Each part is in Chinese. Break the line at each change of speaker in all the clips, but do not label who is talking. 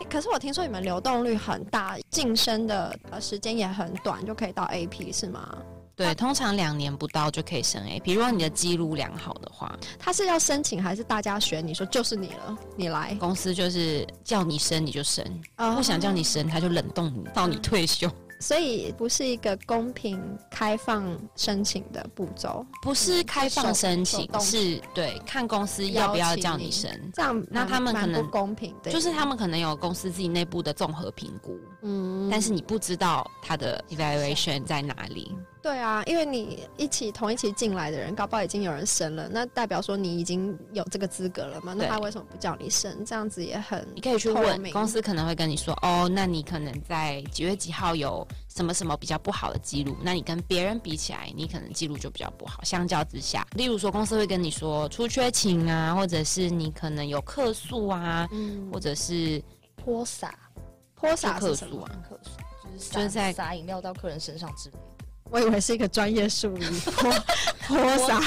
可是我听说你们流动率很大，晋升的时间也很短，就可以到 AP 是吗？
对，通常2年不到就可以升 AP。如果你的记录良好的话，
他是要申请还是大家选你说就是你了，你来？
公司就是叫你升你就升，不想叫你升他就冷冻你到你退休。
所以不是一个公平开放申请的步骤，
不是开放申请，是对看公司要不要叫你升。
这样
那他们可能
不公平的，
就是他们可能有公司自己内部的综合评估，但是你不知道他的 evaluation 在哪里。
对啊，因为你同一期进来的人，搞不好已经有人升了，那代表说你已经有这个资格了嘛？那他为什么不叫你升？这样子也很
你可以去问公司，可能会跟你说哦，那你可能在几月几号有什么什么比较不好的记录，那你跟别人比起来，你可能记录就比较不好。相较之下，例如说公司会跟你说出缺勤啊，或者是你可能有客诉啊，或者是
泼洒
是什么啊？
客诉就是在洒饮料到客人身上之类的。
我以为是一个专业术语，泼洒，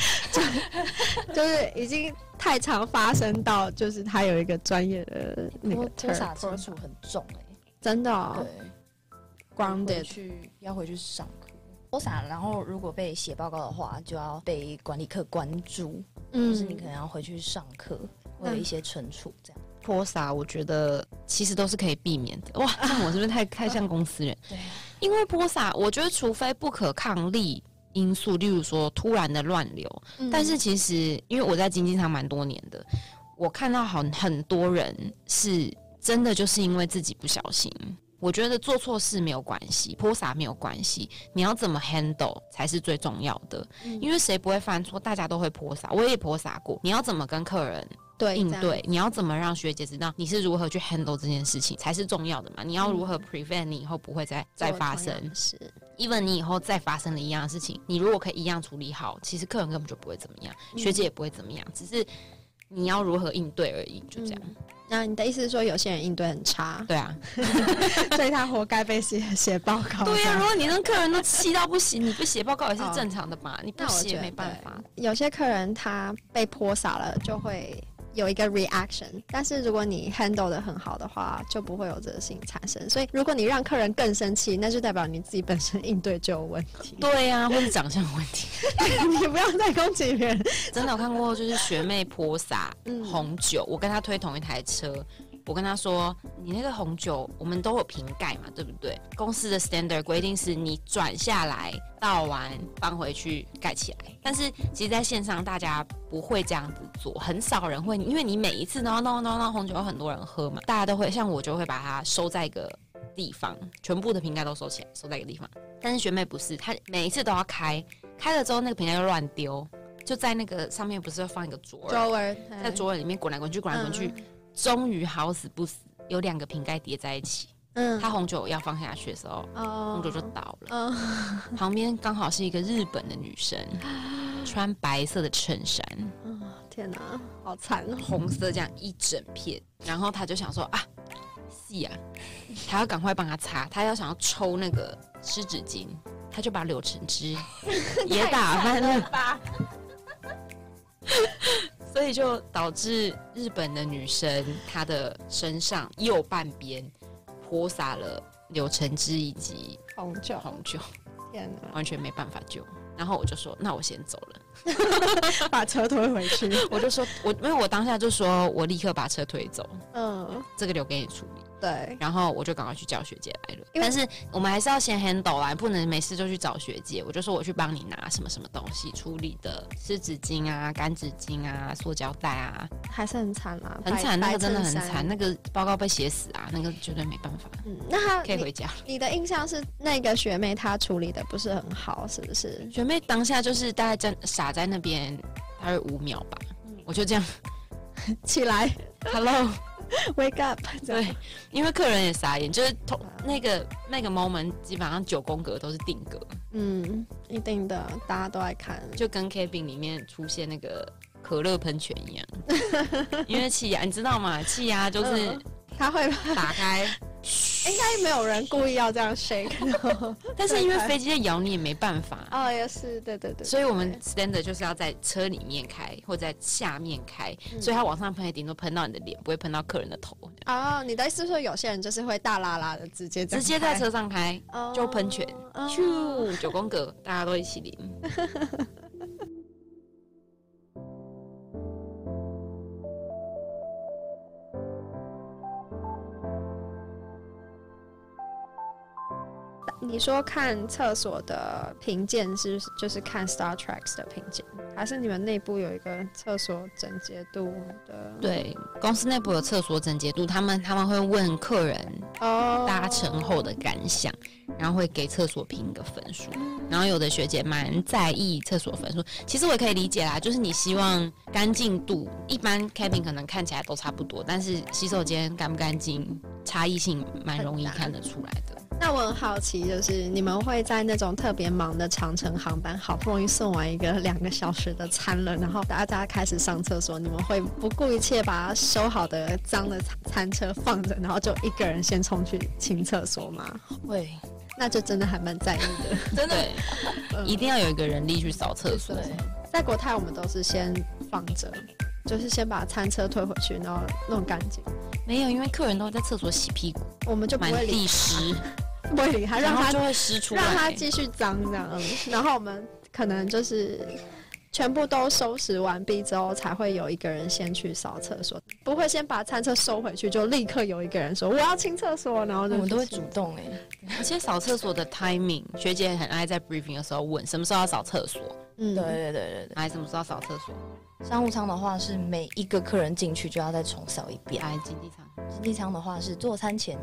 就是已经太常发生到，就是他有一个专业的那个
泼洒次数很重
真的哦。
对
，grounded
要回去上课。泼洒，然后如果被写报告的话，就要被管理课关注，就是你可能要回去上课，会有一些惩处这样。
泼洒，我觉得其实都是可以避免的。哇，这样我是不是太像公司人？
对。
因为泼洒，我觉得除非不可抗力因素，例如说突然的乱流，但是其实因为我在经济舱蛮多年的，我看到很多人是真的就是因为自己不小心。我觉得做错事没有关系，泼洒没有关系，你要怎么 handle 才是最重要的。因为谁不会犯错，大家都会泼洒，我也泼洒过。你要怎么跟客人应对，你要怎么让学姐知道你是如何去 handle 这件事情才是重要的嘛？你要如何 prevent 你以后不会再发生？even 你以后再发生了一样的事情，你如果可以一样处理好，其实客人根本就不会怎么样，学姐也不会怎么样，只是你要如何应对而已，就这样。
那你的意思是说，有些人应对很差？
对啊，
所以他活该被写报告。
对啊，如果你让客人都气到不行，你不写报告也是正常的吧？你不写没办法。
有些客人他被泼洒了，就会有一个 reaction， 但是如果你 handle 得很好的话，就不会有这个事情产生。所以如果你让客人更生气，那就代表你自己本身应对就有问题。
对啊，或是长相有问题。
你不要再攻击别人。
真的有看过，就是学妹泼洒红酒，我跟她推同一台车。我跟他说，你那个红酒我们都有瓶盖嘛，对不对？公司的 standard 规定是你转下来倒完放回去盖起来，但是其实在线上大家不会这样子做，很少人会，因为你每一次都要弄红酒有很多人喝嘛，大家都会，像我就会把它收在一个地方，全部的瓶盖都收起来，收在一个地方。但是学妹不是，她每一次都要开了之后那个瓶盖就乱丢，就在那个上面不是会放一个桌儿，在桌儿里面滚来滚去，终于好死不死有2个瓶盖叠在一起，他红酒要放下去的时候，红酒就倒了。旁边刚好是一个日本的女生，穿白色的衬衫，
天哪，好惨哦！
红色这样一整片，然后他就想说啊，是啊，他要赶快帮他擦，他要想要抽那个湿纸巾，他就把柳橙汁也打翻了吧。所以就导致日本的女生她的身上右半边泼洒了柳橙汁以及
红酒，
天哪，完全没办法救。然后我就说，那我先走了，
把车推回去。
我就说，因为我当下就说我立刻把车推走，这个留给你处理。
对，
然后我就赶快去叫学姐来了。但是我们还是要先 handle 啦，不能没事就去找学姐。我就说我去帮你拿什么什么东西处理的，湿纸巾啊、干纸巾啊、塑胶袋啊，
还是很惨啦，
很惨，那个真的很惨，那个报告被写死啊，那个绝对没办法。
那他
可以回家。
你的印象是那个学妹她处理的不是很好，是不是？
学妹当下就是大概傻在那边，大概5秒吧，我就这样
起来 ，Hello。Wake up！
对，因为客人也傻眼，就是那个 moment 基本上9宫格都是定格，
一定的，大家都爱看，
就跟 cabin 里面出现那个可乐喷泉一样，因为气压你知道吗？气压就是
它会
打开
应该没有人故意要这样 shake
但是因为飞机在摇你也没办法。
哦，也是，对对对。
所以我们 standard 就是要在车里面开或者在下面开，所以它往上喷也顶多喷到你的脸，不会喷到客人的头。
哦，你的意思是说有些人就是会大拉拉的直接
在车上开，就喷泉，咻，9宫格，大家都一起淋。
你说看厕所的评鉴就是看 Star Trek 的评鉴，还是你们内部有一个厕所整洁度的？
对，公司内部有厕所整洁度，他们会问客人搭乘后的感想，然后会给厕所评一个分数。然后有的学姐蛮在意厕所分数，其实我也可以理解啦，就是你希望干净度，一般 cabin 可能看起来都差不多，但是洗手间干不干净，差异性蛮容易看得出来的。
那我很好奇，就是你们会在那种特别忙的长程航班，好不容易送完一个2个小时的餐了，然后大家开始上厕所，你们会不顾一切把收好的脏的餐车放着，然后就一个人先冲去清厕所吗？
会，
那就真的还蛮在意的，
真的，一定要有一个人力去扫厕所。
在国泰我们都是先放着，就是先把餐车推回去，然后弄干净。
没有，因为客人都在厕所洗屁股，
我们就不会
理湿。
不会理他，让他
就会湿出来，
让他继续脏这样。然后我们可能就是全部都收拾完毕之后，才会有一个人先去扫厕所，不会先把餐车收回去，就立刻有一个人说我要清厕所，然后
我们都会主动
而且扫厕所的 timing， 学姐很爱在 briefing 的时候问什么时候要扫厕所。
对，
还什么时候要扫厕所？
商务舱的话是每一个客人进去就要再重扫一遍。
经济舱，
经济舱的话是座餐前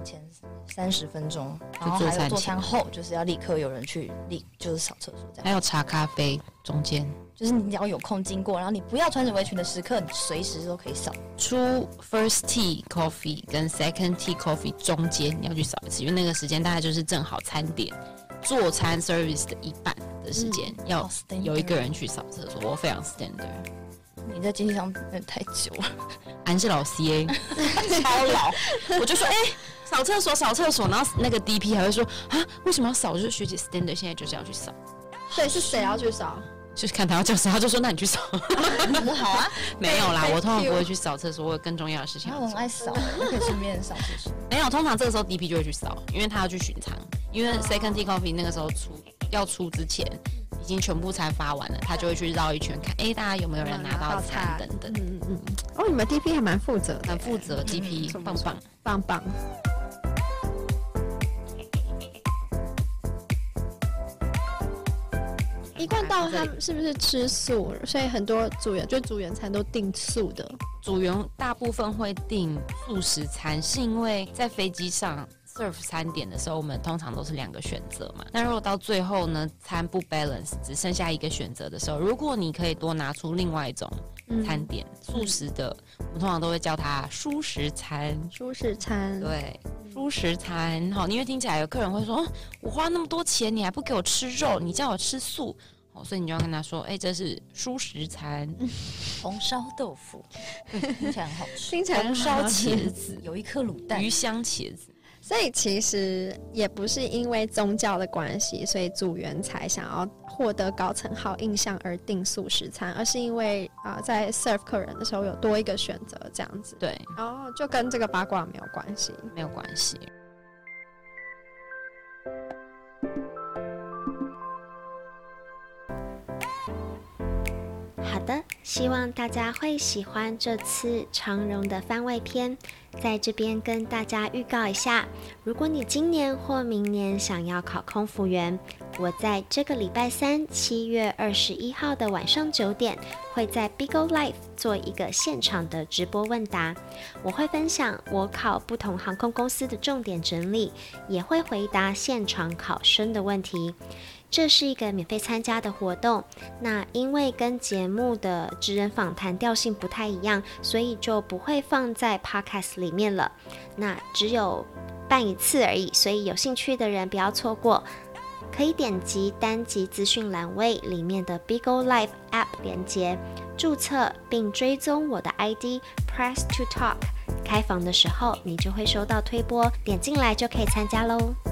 30分钟，然后还有座餐后就是要立刻有人去就是扫厕所这样。
还有茶咖啡中间，
就是你只要有空经过，然后你不要穿着围裙的时刻，你随时都可以扫。
出 first tea coffee 跟 second tea coffee 中间你要去扫一次，因为那个时间大概就是正好餐点做餐 service 的一半的时间，要有一个人去扫厕所。我非常 standard。
你在经济舱太久了，
安是老 CA， 超老。我就说扫厕所，然后那个 DP 还会说啊，为什么要扫？就是学姐 standard 现在就是要去扫。
对，是谁要去扫？
就是看他要叫谁，他就说那你去扫。
我好啊，
没有啦，我通常不会去扫厕所，我有更重要的事情。
我很爱扫，我可以顺便扫厕所。
没有，通常这个时候 DP 就会去扫，因为他要去巡场，因为 second tea coffee 那个时候要出之前。已经全部才发完了，他就会去绕一圈看，大家有没有人拿到餐等等。
哦，你们 DP 还蛮负责的，
很负责 DP，棒棒。
一贯道他们是不是吃素？所以很多组员餐都订素的。
组员大部分会订素食餐，是因为在飞机上serve 餐点的时候，我们通常都是2个选择嘛。那如果到最后呢，餐不 balance， 只剩下1个选择的时候，如果你可以多拿出另外一种餐点，素食的，我们通常都会叫它蔬食餐。
蔬食餐，
对，蔬食餐。好，因为听起来有客人会说，我花那么多钱，你还不给我吃肉，你叫我吃素。所以你就要跟他说，这是蔬食餐。
红烧豆腐听起来很好吃，
听起来
红烧茄子，
有一颗卤蛋，
鱼香茄子。
所以其实也不是因为宗教的关系，所以组员才想要获得高层好印象而订素食餐，而是因为在 serve 客人的时候有多一个选择这样子。
对，
然后就跟这个八卦没有关系，
没有关系。
好的，希望大家会喜欢这次长荣的番外篇。在这边跟大家预告一下，如果你今年或明年想要考空服员，我在这个礼拜3 7月21号的晚上9点，会在 Bigo Live 做一个现场的直播问答。我会分享我考不同航空公司的重点整理，也会回答现场考生的问题。这是一个免费参加的活动，那因为跟节目的职人访谈调性不太一样，所以就不会放在 Podcast 里面了。那只有办1次而已，所以有兴趣的人不要错过。可以点击单集资讯栏位里面的 Bigo Live App 连结，注册并追踪我的 ID Press to Talk， 开房的时候你就会收到推播，点进来就可以参加咯。